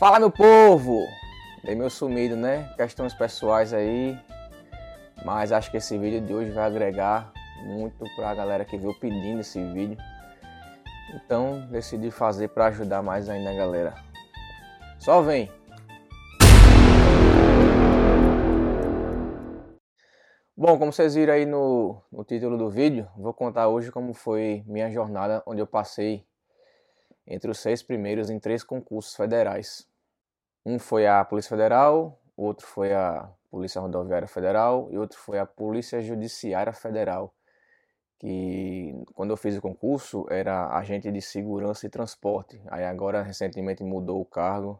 Fala, meu povo! Dei meu sumido, né? Questões pessoais aí. Mas acho que esse vídeo de hoje vai agregar muito pra galera que veio pedindo esse vídeo. Então decidi fazer pra ajudar mais ainda a galera. Só vem! Bom, como vocês viram aí no título do vídeo, vou contar hoje como foi minha jornada, onde eu passei entre os 6 primeiros em 3 concursos federais. Um foi a Polícia Federal, outro foi a Polícia Rodoviária Federal e outro foi a Polícia Judiciária Federal, que quando eu fiz o concurso era agente de segurança e transporte. Aí agora recentemente mudou o cargo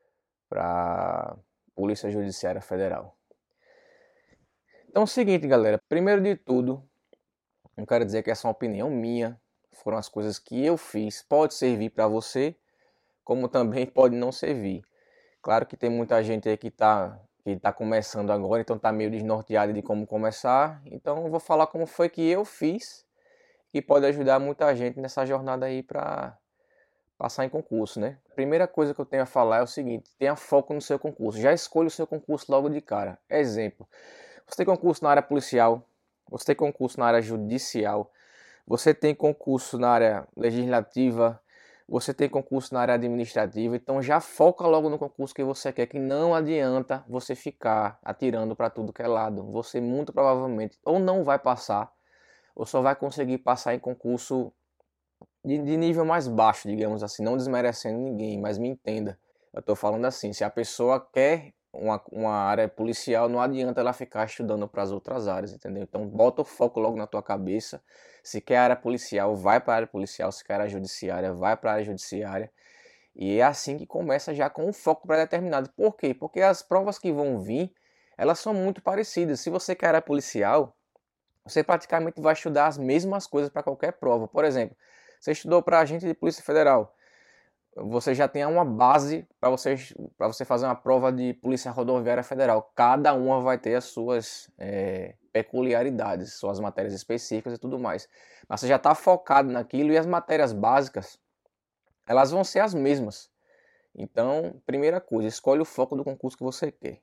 para Polícia Judiciária Federal. Então é o seguinte, galera, primeiro de tudo, eu quero dizer que essa é uma opinião minha, foram as coisas que eu fiz, pode servir para você, como também pode não servir. Claro que tem muita gente aí que tá começando agora, então tá meio desnorteado de como começar, então eu vou falar como foi que eu fiz, que pode ajudar muita gente nessa jornada aí para passar em concurso, né? Primeira coisa que eu tenho a falar é o seguinte, tenha foco no seu concurso, já escolha o seu concurso logo de cara. Exemplo, você tem concurso na área policial, você tem concurso na área judicial, você tem concurso na área legislativa, você tem concurso na área administrativa, então já foca logo no concurso que você quer, que não adianta você ficar atirando para tudo que é lado. Você muito provavelmente ou não vai passar, ou só vai conseguir passar em concurso de nível mais baixo, digamos assim, não desmerecendo ninguém, mas me entenda. Eu estou falando assim, se a pessoa quer uma área policial, não adianta ela ficar estudando para as outras áreas, entendeu? Então bota o foco logo na tua cabeça. Se quer área policial, vai para a área policial. Se quer área judiciária, vai para a área judiciária. E é assim que começa já com um foco pré-determinado. Por quê? Porque as provas que vão vir, elas são muito parecidas. Se você quer área policial, você praticamente vai estudar as mesmas coisas para qualquer prova. Por exemplo, você estudou para agente de Polícia Federal, você já tem uma base para você fazer uma prova de Polícia Rodoviária Federal. Cada uma vai ter as suas peculiaridades, suas matérias específicas e tudo mais. Mas você já está focado naquilo e as matérias básicas, elas vão ser as mesmas. Então, primeira coisa, escolhe o foco do concurso que você quer.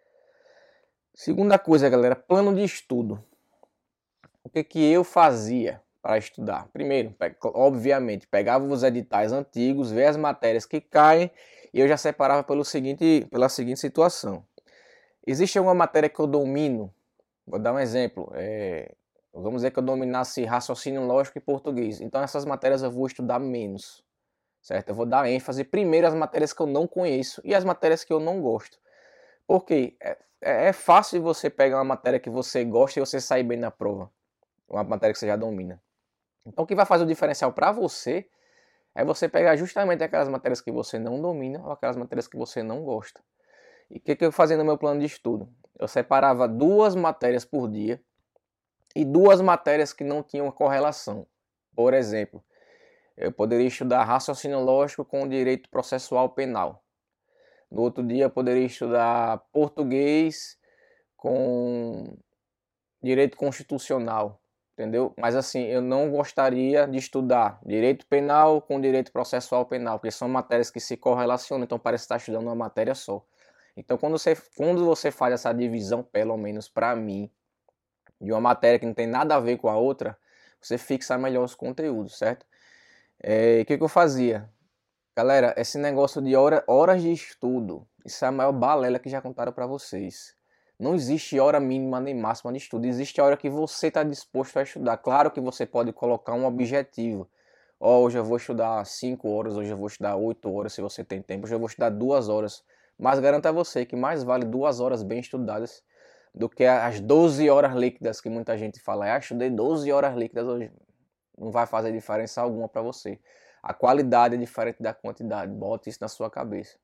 Segunda coisa, galera, plano de estudo. O que eu fazia para estudar? Primeiro, obviamente, pegava os editais antigos, ver as matérias que caem e eu já separava pela seguinte situação. Existe alguma matéria que eu domino? Vou dar um exemplo. Vamos dizer que eu dominasse raciocínio lógico e português. Então essas matérias eu vou estudar menos, certo? Eu vou dar ênfase primeiro às matérias que eu não conheço e às matérias que eu não gosto. Por quê? É fácil você pegar uma matéria que você gosta e você sair bem na prova. Uma matéria que você já domina. Então o que vai fazer o diferencial para você é você pegar justamente aquelas matérias que você não domina ou aquelas matérias que você não gosta. E o que eu fazia no meu plano de estudo? Eu separava 2 matérias por dia e 2 matérias que não tinham correlação. Por exemplo, eu poderia estudar raciocínio lógico com direito processual penal. No outro dia eu poderia estudar português com direito constitucional. Entendeu? Mas assim, eu não gostaria de estudar direito penal com direito processual penal, porque são matérias que se correlacionam, então parece estar estudando uma matéria só. Então quando você faz essa divisão, pelo menos para mim, de uma matéria que não tem nada a ver com a outra, você fixa melhor os conteúdos, certo? O que eu fazia? Galera, esse negócio de horas de estudo, isso é a maior balela que já contaram para vocês. Não existe hora mínima nem máxima de estudo, existe a hora que você está disposto a estudar. Claro que você pode colocar um objetivo. Hoje eu vou estudar 5 horas, hoje eu vou estudar 8 horas se você tem tempo, hoje eu vou estudar 2 horas. Mas garanto a você que mais vale 2 horas bem estudadas do que as 12 horas líquidas que muita gente fala. Estudei 12 horas líquidas hoje. Não vai fazer diferença alguma para você. A qualidade é diferente da quantidade, bote isso na sua cabeça.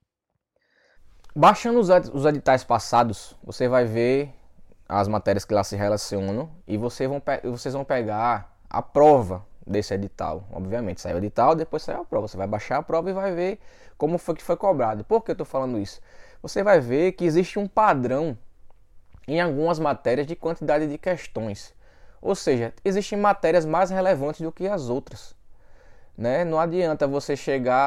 Baixando os editais passados, você vai ver as matérias que lá se relacionam e vocês vão pegar a prova desse edital. Obviamente, saiu o edital, depois saiu a prova. Você vai baixar a prova e vai ver como foi que foi cobrado. Por que eu estou falando isso? Você vai ver que existe um padrão em algumas matérias de quantidade de questões. Ou seja, existem matérias mais relevantes do que as outras, né? Não adianta você chegar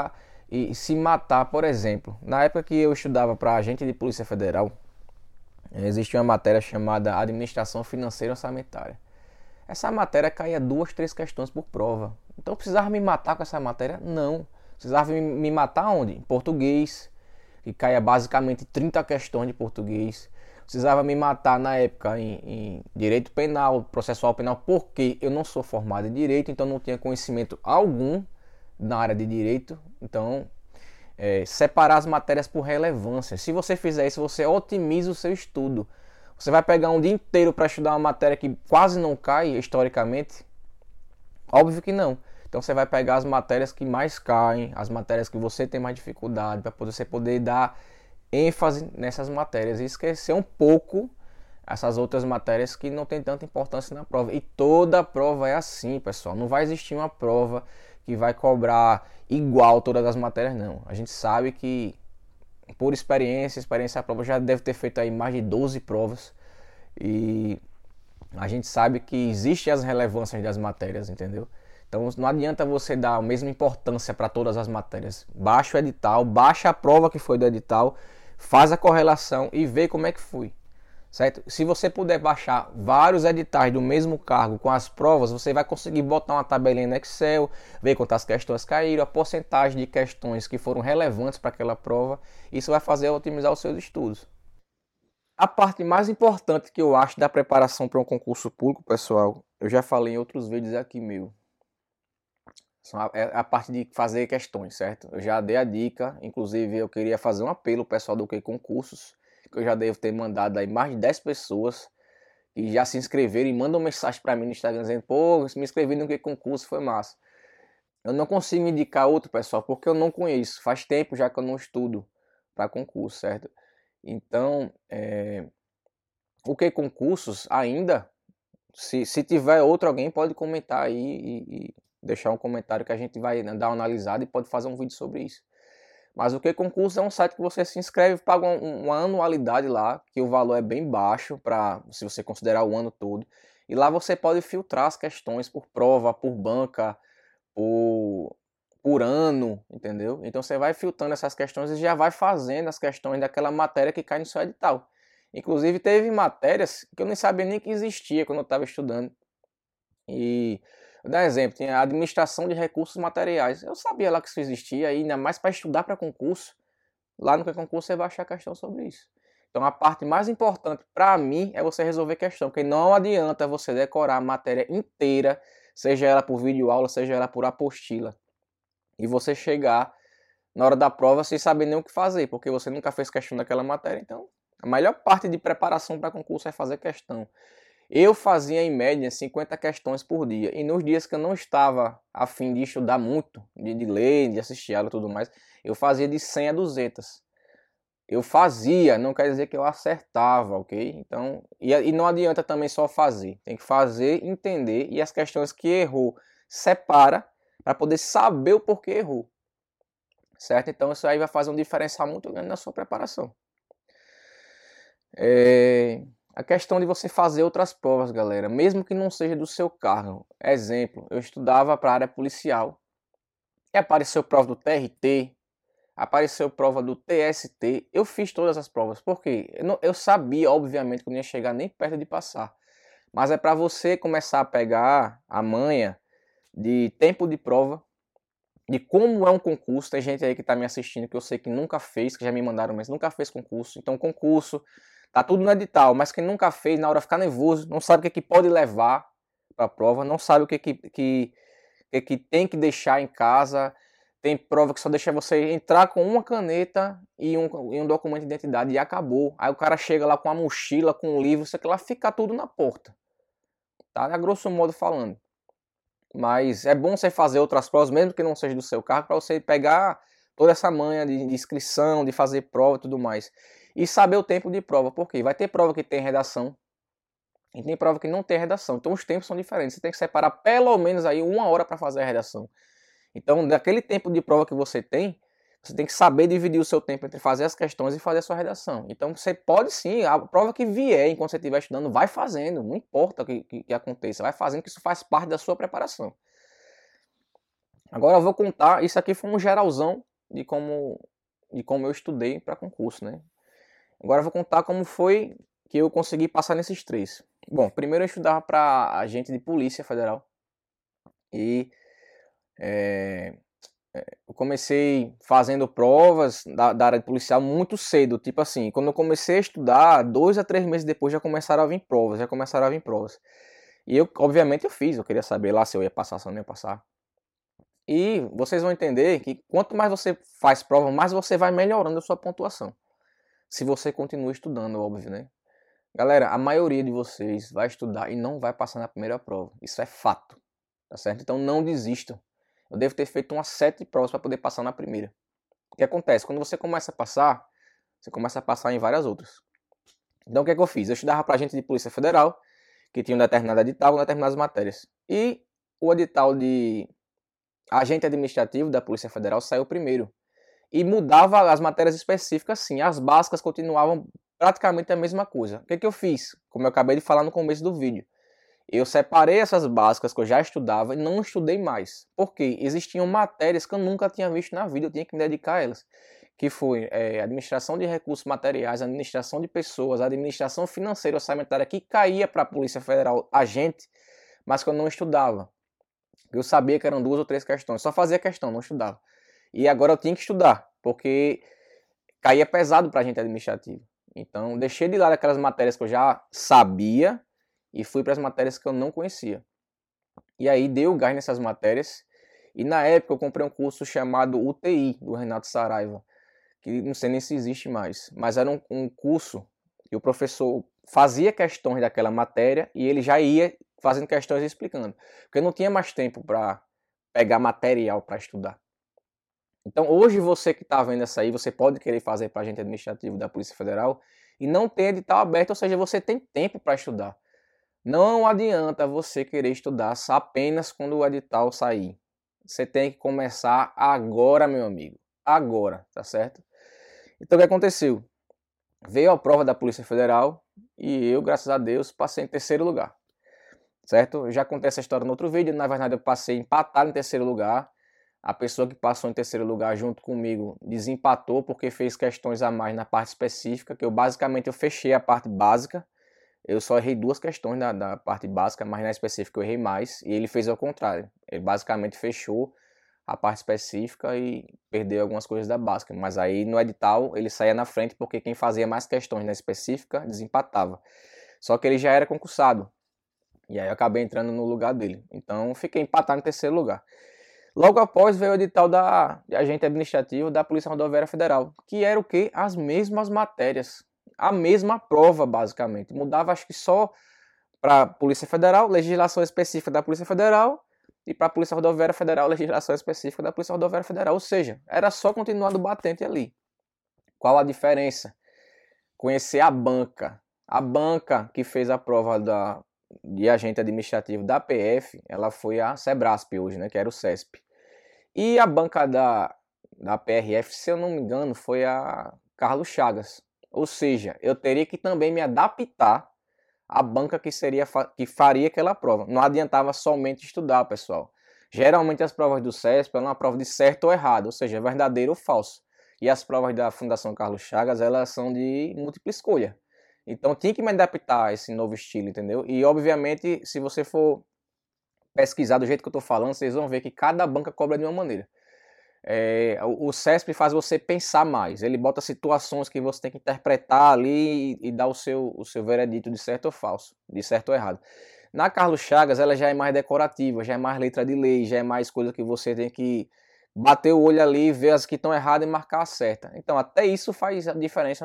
e se matar, por exemplo. Na época que eu estudava para agente de Polícia Federal, existia uma matéria chamada Administração Financeira Orçamentária. Essa matéria caía 2, 3 questões por prova. Então precisava me matar com essa matéria? Não. Precisava me matar onde? Em português, que caía basicamente 30 questões de português. Precisava me matar na época em direito penal, processual penal, porque eu não sou formado em direito, então não tinha conhecimento algum na área de direito. Então, separar as matérias por relevância. Se você fizer isso, você otimiza o seu estudo. Você vai pegar um dia inteiro para estudar uma matéria que quase não cai historicamente? Óbvio que não. Então você vai pegar as matérias que mais caem, as matérias que você tem mais dificuldade, para você poder dar ênfase nessas matérias e esquecer um pouco essas outras matérias que não tem tanta importância na prova. E toda prova é assim, pessoal. Não vai existir uma prova que vai cobrar igual todas as matérias, não. A gente sabe que, por experiência a prova já deve ter feito aí mais de 12 provas. E a gente sabe que existem as relevâncias das matérias, entendeu? Então não adianta você dar a mesma importância para todas as matérias. Baixa o edital, baixa a prova que foi do edital, faz a correlação e vê como é que foi. Certo? Se você puder baixar vários editais do mesmo cargo com as provas, você vai conseguir botar uma tabelinha no Excel, ver quantas questões caíram, a porcentagem de questões que foram relevantes para aquela prova. Isso vai fazer otimizar os seus estudos. A parte mais importante que eu acho da preparação para um concurso público, pessoal, eu já falei em outros vídeos aqui meu. É a parte de fazer questões, certo? Eu já dei a dica, inclusive eu queria fazer um apelo ao pessoal do Que Concursos, que eu já devo ter mandado aí mais de 10 pessoas que já se inscreveram e mandam mensagem para mim no Instagram dizendo: pô, me inscrevi no Que Concurso, foi massa. Eu não consigo indicar outro, pessoal, porque eu não conheço. Faz tempo já que eu não estudo para concurso, certo? Então, o Que Concursos ainda, se tiver outro, alguém pode comentar aí e deixar um comentário que a gente vai dar uma analisada e pode fazer um vídeo sobre isso. Mas o Que Concurso é um site que você se inscreve, paga uma anualidade lá, que o valor é bem baixo, se você considerar o ano todo. E lá você pode filtrar as questões por prova, por banca, por ano, entendeu? Então você vai filtrando essas questões e já vai fazendo as questões daquela matéria que cai no seu edital. Inclusive teve matérias que eu nem sabia nem que existia quando eu estava estudando. E vou dar um exemplo, tinha a administração de recursos materiais. Eu sabia lá que isso existia, ainda mais para estudar para concurso. Lá no Que Concurso você vai achar questão sobre isso. Então a parte mais importante para mim é você resolver questão, porque não adianta você decorar a matéria inteira, seja ela por videoaula, seja ela por apostila, e você chegar na hora da prova sem saber nem o que fazer, porque você nunca fez questão daquela matéria. Então a melhor parte de preparação para concurso é fazer questão. Eu fazia em média 50 questões por dia. E nos dias que eu não estava a fim de estudar muito, de ler, de assistir aula e tudo mais, eu fazia de 100 a 200. Eu fazia, não quer dizer que eu acertava, ok? Então, e não adianta também só fazer. Tem que fazer, entender, e as questões que errou, separa para poder saber o porquê errou. Certo? Então isso aí vai fazer um diferencial muito grande na sua preparação. A questão de você fazer outras provas, galera, mesmo que não seja do seu cargo. Exemplo, eu estudava para a área policial e apareceu prova do TRT, apareceu prova do TST. Eu fiz todas as provas, porque eu sabia, obviamente, que eu não ia chegar nem perto de passar. Mas é para você começar a pegar a manha de tempo de prova, de como é um concurso. Tem gente aí que está me assistindo que eu sei que nunca fez, que já me mandaram, mas nunca fez concurso. Então, concurso, tá tudo no edital, mas quem nunca fez, na hora fica nervoso, não sabe o que pode levar para a prova, não sabe o que tem que deixar em casa. Tem prova que só deixa você entrar com uma caneta e um documento de identidade e acabou. Aí o cara chega lá com uma mochila, com um livro, isso aqui lá fica tudo na porta. Tá? A grosso modo falando. Mas é bom você fazer outras provas, mesmo que não seja do seu cargo, para você pegar toda essa manha de inscrição, de fazer prova e tudo mais. E saber o tempo de prova, porque vai ter prova que tem redação e tem prova que não tem redação. Então os tempos são diferentes. Você tem que separar pelo menos aí 1 hora para fazer a redação. Então, daquele tempo de prova que você tem que saber dividir o seu tempo entre fazer as questões e fazer a sua redação. Então, você pode sim, a prova que vier enquanto você estiver estudando, vai fazendo, não importa o que aconteça, vai fazendo, que isso faz parte da sua preparação. Agora eu vou contar, isso aqui foi um geralzão de como eu estudei para concurso, né? Agora eu vou contar como foi que eu consegui passar nesses 3. Bom, primeiro eu estudava para agente de polícia federal e eu comecei fazendo provas da área de policial muito cedo, tipo assim, quando eu comecei a estudar, 2 a 3 meses depois já começaram a vir provas, E eu, obviamente, eu fiz, eu queria saber lá se eu ia passar, se eu não ia passar. E vocês vão entender que quanto mais você faz prova, mais você vai melhorando a sua pontuação. Se você continua estudando, óbvio, né? Galera, a maioria de vocês vai estudar e não vai passar na primeira prova. Isso é fato, tá certo? Então não desistam. Eu devo ter feito umas 7 provas para poder passar na primeira. O que acontece? Quando você começa a passar em várias outras. Então o que é que eu fiz? Eu estudava para agente de Polícia Federal, que tinha um determinado edital com determinadas matérias. E o edital de agente administrativo da Polícia Federal saiu primeiro. E mudava as matérias específicas, sim. As básicas continuavam praticamente a mesma coisa. O que eu fiz? Como eu acabei de falar no começo do vídeo. Eu separei essas básicas que eu já estudava e não estudei mais. Porque existiam matérias que eu nunca tinha visto na vida, eu tinha que me dedicar a elas. Que foi administração de recursos materiais, administração de pessoas, administração financeira orçamentária, que caía para a Polícia Federal agente, mas que eu não estudava. Eu sabia que eram 2 ou 3 questões, só fazia questão, não estudava. E agora eu tinha que estudar, porque caía pesado para a gente administrativo. Então, deixei de lado aquelas matérias que eu já sabia e fui para as matérias que eu não conhecia. E aí dei o gás nessas matérias. E na época eu comprei um curso chamado UTI, do Renato Saraiva, que não sei nem se existe mais. Mas era um curso que o professor fazia questões daquela matéria e ele já ia fazendo questões e explicando. Porque eu não tinha mais tempo para pegar material para estudar. Então, hoje você que está vendo essa aí, você pode querer fazer para agente administrativo da Polícia Federal e não tem edital aberto, ou seja, você tem tempo para estudar. Não adianta você querer estudar só apenas quando o edital sair. Você tem que começar agora, meu amigo. Agora, tá certo? Então, o que aconteceu? Veio a prova da Polícia Federal e eu, graças a Deus, passei em terceiro lugar. Certo? Eu já contei essa história no outro vídeo. Na verdade, eu passei empatado em terceiro lugar. A pessoa que passou em terceiro lugar junto comigo desempatou porque fez questões a mais na parte específica, que eu fechei a parte básica. Eu só errei 2 questões da parte básica, mas na específica eu errei mais. E ele fez ao contrário. Ele basicamente fechou a parte específica e perdeu algumas coisas da básica. Mas aí no edital ele saía na frente porque quem fazia mais questões na específica desempatava. Só que ele já era concursado. E aí eu acabei entrando no lugar dele. Então fiquei empatado em terceiro lugar. Logo após veio o edital de agente administrativo da Polícia Rodoviária Federal, que era o quê? As mesmas matérias, a mesma prova basicamente. Mudava acho que só para a Polícia Federal, legislação específica da Polícia Federal, e para a Polícia Rodoviária Federal, legislação específica da Polícia Rodoviária Federal. Ou seja, era só continuar do batente ali. Qual a diferença? Conhecer a banca. A banca que fez a prova de agente administrativo da PF, ela foi a Sebrasp hoje, né, que era o CESP. E a banca da PRF, se eu não me engano, foi a Carlos Chagas. Ou seja, eu teria que também me adaptar à banca que faria aquela prova. Não adiantava somente estudar, pessoal. Geralmente as provas do CESP é uma prova de certo ou errado, ou seja, verdadeiro ou falso. E as provas da Fundação Carlos Chagas, elas são de múltipla escolha. Então tinha que me adaptar a esse novo estilo, entendeu? E obviamente, se você for pesquisar do jeito que eu estou falando, vocês vão ver que cada banca cobra de uma maneira. O CESP faz você pensar mais. Ele bota situações que você tem que interpretar ali e dar o seu veredito de certo ou falso, de certo ou errado. Na Carlos Chagas, ela já é mais decorativa, já é mais letra de lei, já é mais coisa que você tem que bater o olho ali, ver as que estão erradas e marcar a certa. Então, até isso faz a diferença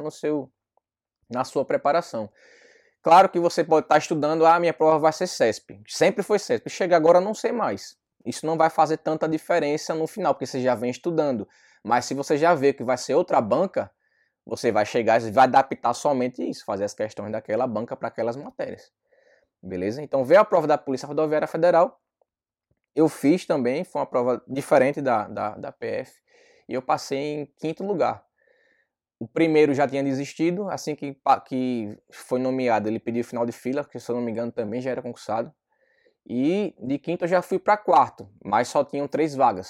na sua preparação. Claro que você pode estar estudando, minha prova vai ser CESP. Sempre foi CESP. Chega agora, não sei mais. Isso não vai fazer tanta diferença no final, porque você já vem estudando. Mas se você já vê que vai ser outra banca, você vai chegar e vai adaptar somente isso, fazer as questões daquela banca para aquelas matérias. Beleza? Então veio a prova da Polícia Rodoviária Federal. Eu fiz também, foi uma prova diferente da PF. E eu passei em quinto lugar. O primeiro já tinha desistido, assim que foi nomeado, ele pediu final de fila, que se eu não me engano também já era concursado. E de quinto eu já fui para quarto, mas só tinham 3 vagas.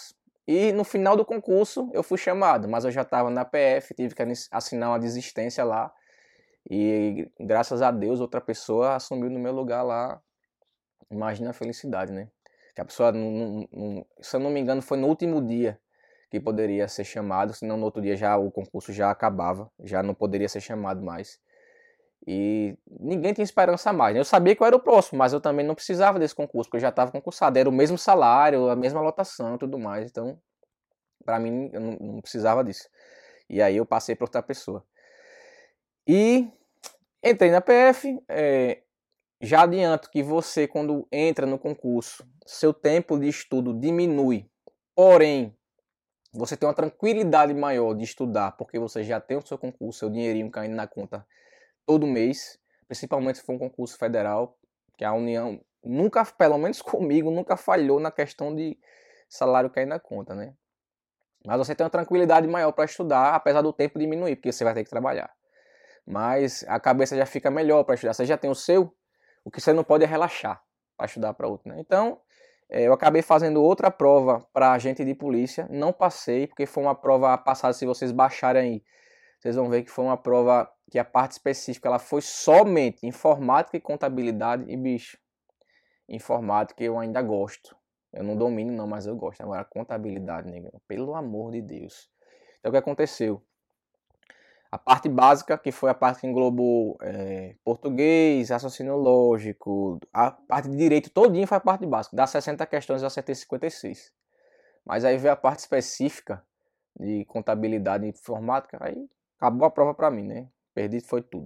E no final do concurso eu fui chamado, mas eu já estava na PF, tive que assinar uma desistência lá. E graças a Deus outra pessoa assumiu no meu lugar lá. Imagina a felicidade, né? Que a pessoa, se eu não me engano, foi no último dia que poderia ser chamado, senão no outro dia já o concurso já acabava, já não poderia ser chamado mais. E ninguém tinha esperança a mais, né? Eu sabia que eu era o próximo, mas eu também não precisava desse concurso, porque eu já estava concursado, era o mesmo salário, a mesma lotação e tudo mais, então para mim eu não precisava disso. E aí eu passei para outra pessoa. E entrei na PF, já adianto que você, quando entra no concurso, seu tempo de estudo diminui, porém, você tem uma tranquilidade maior de estudar, porque você já tem o seu concurso, seu dinheirinho caindo na conta todo mês, principalmente se for um concurso federal, que a União nunca, pelo menos comigo, nunca falhou na questão de salário cair na conta, né? Mas você tem uma tranquilidade maior para estudar, apesar do tempo diminuir, porque você vai ter que trabalhar. Mas a cabeça já fica melhor para estudar, você já tem o seu, o que você não pode é relaxar para estudar para outro, né? Então, eu acabei fazendo outra prova para agente de polícia, não passei, porque foi uma prova passada, se vocês baixarem aí, vocês vão ver que foi uma prova que a parte específica ela foi somente informática e contabilidade, e bicho, informática eu ainda gosto. Eu não domino não, mas eu gosto. Agora contabilidade, negão, pelo amor de Deus. Então o que aconteceu? A parte básica, que foi a parte que englobou português, raciocínio lógico, a parte de direito todinha foi a parte básica. Das 60 questões eu acertei 56. Mas aí veio a parte específica de contabilidade e informática, aí acabou a prova para mim, né? Perdi foi tudo.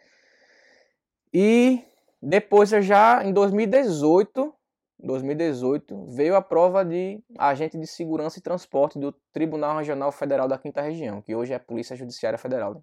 E depois eu já, em 2018, veio a prova de agente de segurança e transporte do Tribunal Regional Federal da 5ª Região, que hoje é a Polícia Judiciária Federal, né?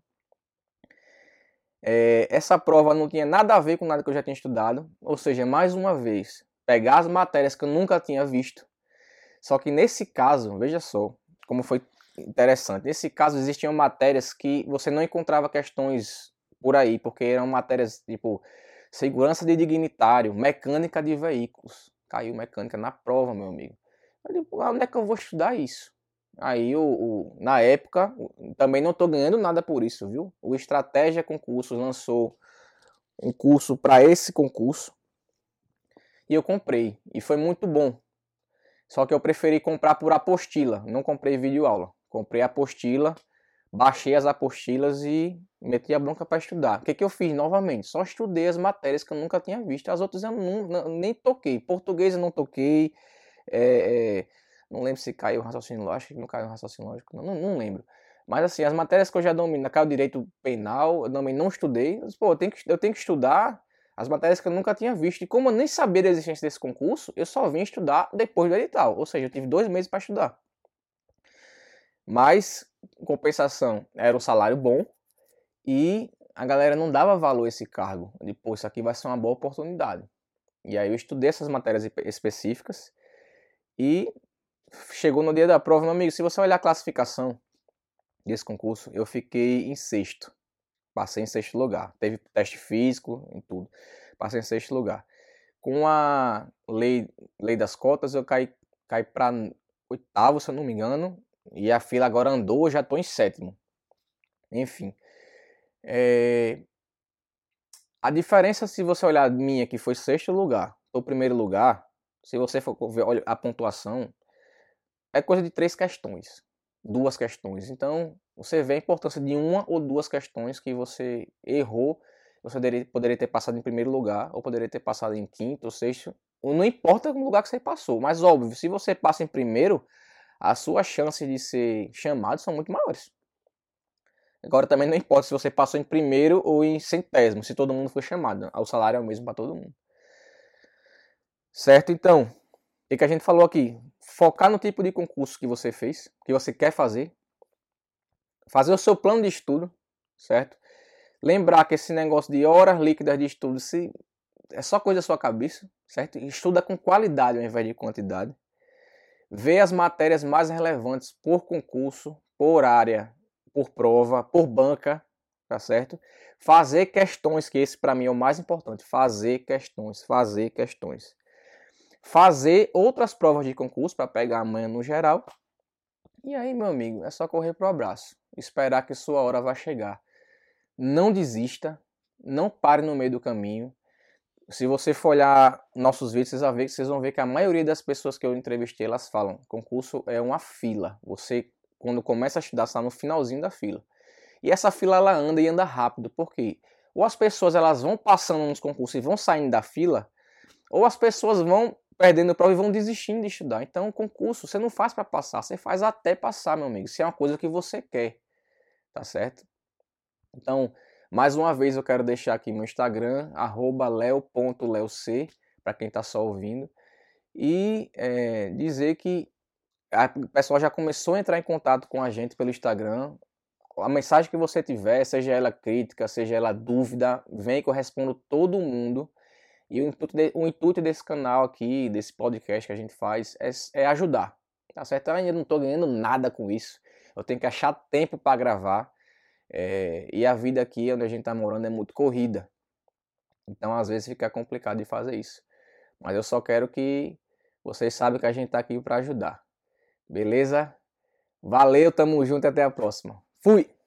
Essa prova não tinha nada a ver com nada que eu já tinha estudado, ou seja, mais uma vez, pegar as matérias que eu nunca tinha visto. Só que nesse caso, veja só como foi interessante, nesse caso existiam matérias que você não encontrava questões por aí, porque eram matérias tipo segurança de dignitário, mecânica de veículos. Caiu mecânica na prova, meu amigo. Eu digo, onde é que eu vou estudar isso? Aí, na época, também não estou ganhando nada por isso, viu? O Estratégia Concursos lançou um curso para esse concurso e eu comprei. E foi muito bom. Só que eu preferi comprar por apostila, não comprei videoaula. Comprei apostila, baixei as apostilas e meti a bronca para estudar. O que eu fiz novamente? Só estudei as matérias que eu nunca tinha visto. As outras eu nem toquei. Português eu não toquei. Não lembro se caiu o raciocínio lógico. Acho que não caiu o raciocínio lógico. Não lembro. Mas assim, as matérias que eu já domino, caiu direito penal, eu também não estudei. Mas, pô, eu tenho que estudar as matérias que eu nunca tinha visto. E como eu nem sabia da existência desse concurso, eu só vim estudar depois do edital. Ou seja, eu tive 2 meses para estudar. Mas, em compensação, era um salário bom e a galera não dava valor a esse cargo. Depois, isso aqui vai ser uma boa oportunidade. E aí eu estudei essas matérias específicas e chegou no dia da prova, meu amigo, se você olhar a classificação desse concurso, eu fiquei em 6º. Passei em 6º lugar. Teve teste físico e tudo. Passei em 6º lugar. Com a lei das cotas, eu caí para 8º, se eu não me engano. E a fila agora andou, eu já estou em 7º. Enfim. A diferença, se você olhar minha, que foi 6º lugar, o 1º lugar, se você for ver a pontuação, é coisa de 3 questões. 2 questões. Então, você vê a importância de 1 ou 2 questões que você errou. Você poderia ter passado em 1º lugar, ou poderia ter passado em 5º ou 6º. Não importa o lugar que você passou. Mas, óbvio, se você passa em 1º, as suas chances de ser chamado são muito maiores. Agora também não importa se você passou em 1º ou em 100º, se todo mundo foi chamado. O salário é o mesmo para todo mundo. Certo? Então, o que a gente falou aqui? Focar no tipo de concurso que você fez, que você quer fazer. Fazer o seu plano de estudo, certo? Lembrar que esse negócio de horas líquidas de estudo é só coisa da sua cabeça, certo? Estuda com qualidade ao invés de quantidade. Vê as matérias mais relevantes por concurso, por área, por prova, por banca, tá certo? Fazer questões, que esse para mim é o mais importante. Fazer questões. Fazer outras provas de concurso para pegar a manha no geral. E aí, meu amigo, é só correr pro abraço, esperar que sua hora vai chegar. Não desista, não pare no meio do caminho. Se você for olhar nossos vídeos, vocês vão ver que a maioria das pessoas que eu entrevistei, elas falam, concurso é uma fila. Você, quando começa a estudar, está no finalzinho da fila. E essa fila, ela anda e anda rápido. Por quê? Ou as pessoas elas vão passando nos concursos e vão saindo da fila, ou as pessoas vão perdendo prova e vão desistindo de estudar. Então, o concurso você não faz para passar, você faz até passar, meu amigo. Se é uma coisa que você quer, tá certo? Então, mais uma vez eu quero deixar aqui meu Instagram, @leo.leoc, para quem está só ouvindo, e dizer que o pessoal já começou a entrar em contato com a gente pelo Instagram. A mensagem que você tiver, seja ela crítica, seja ela dúvida, vem que eu respondo todo mundo. E o intuito desse canal aqui, desse podcast que a gente faz, é ajudar. Tá certo? Eu ainda não estou ganhando nada com isso. Eu tenho que achar tempo para gravar. E a vida aqui onde a gente está morando é muito corrida. Então, às vezes, fica complicado de fazer isso. Mas eu só quero que vocês saibam que a gente está aqui para ajudar. Beleza? Valeu, tamo junto e até a próxima. Fui!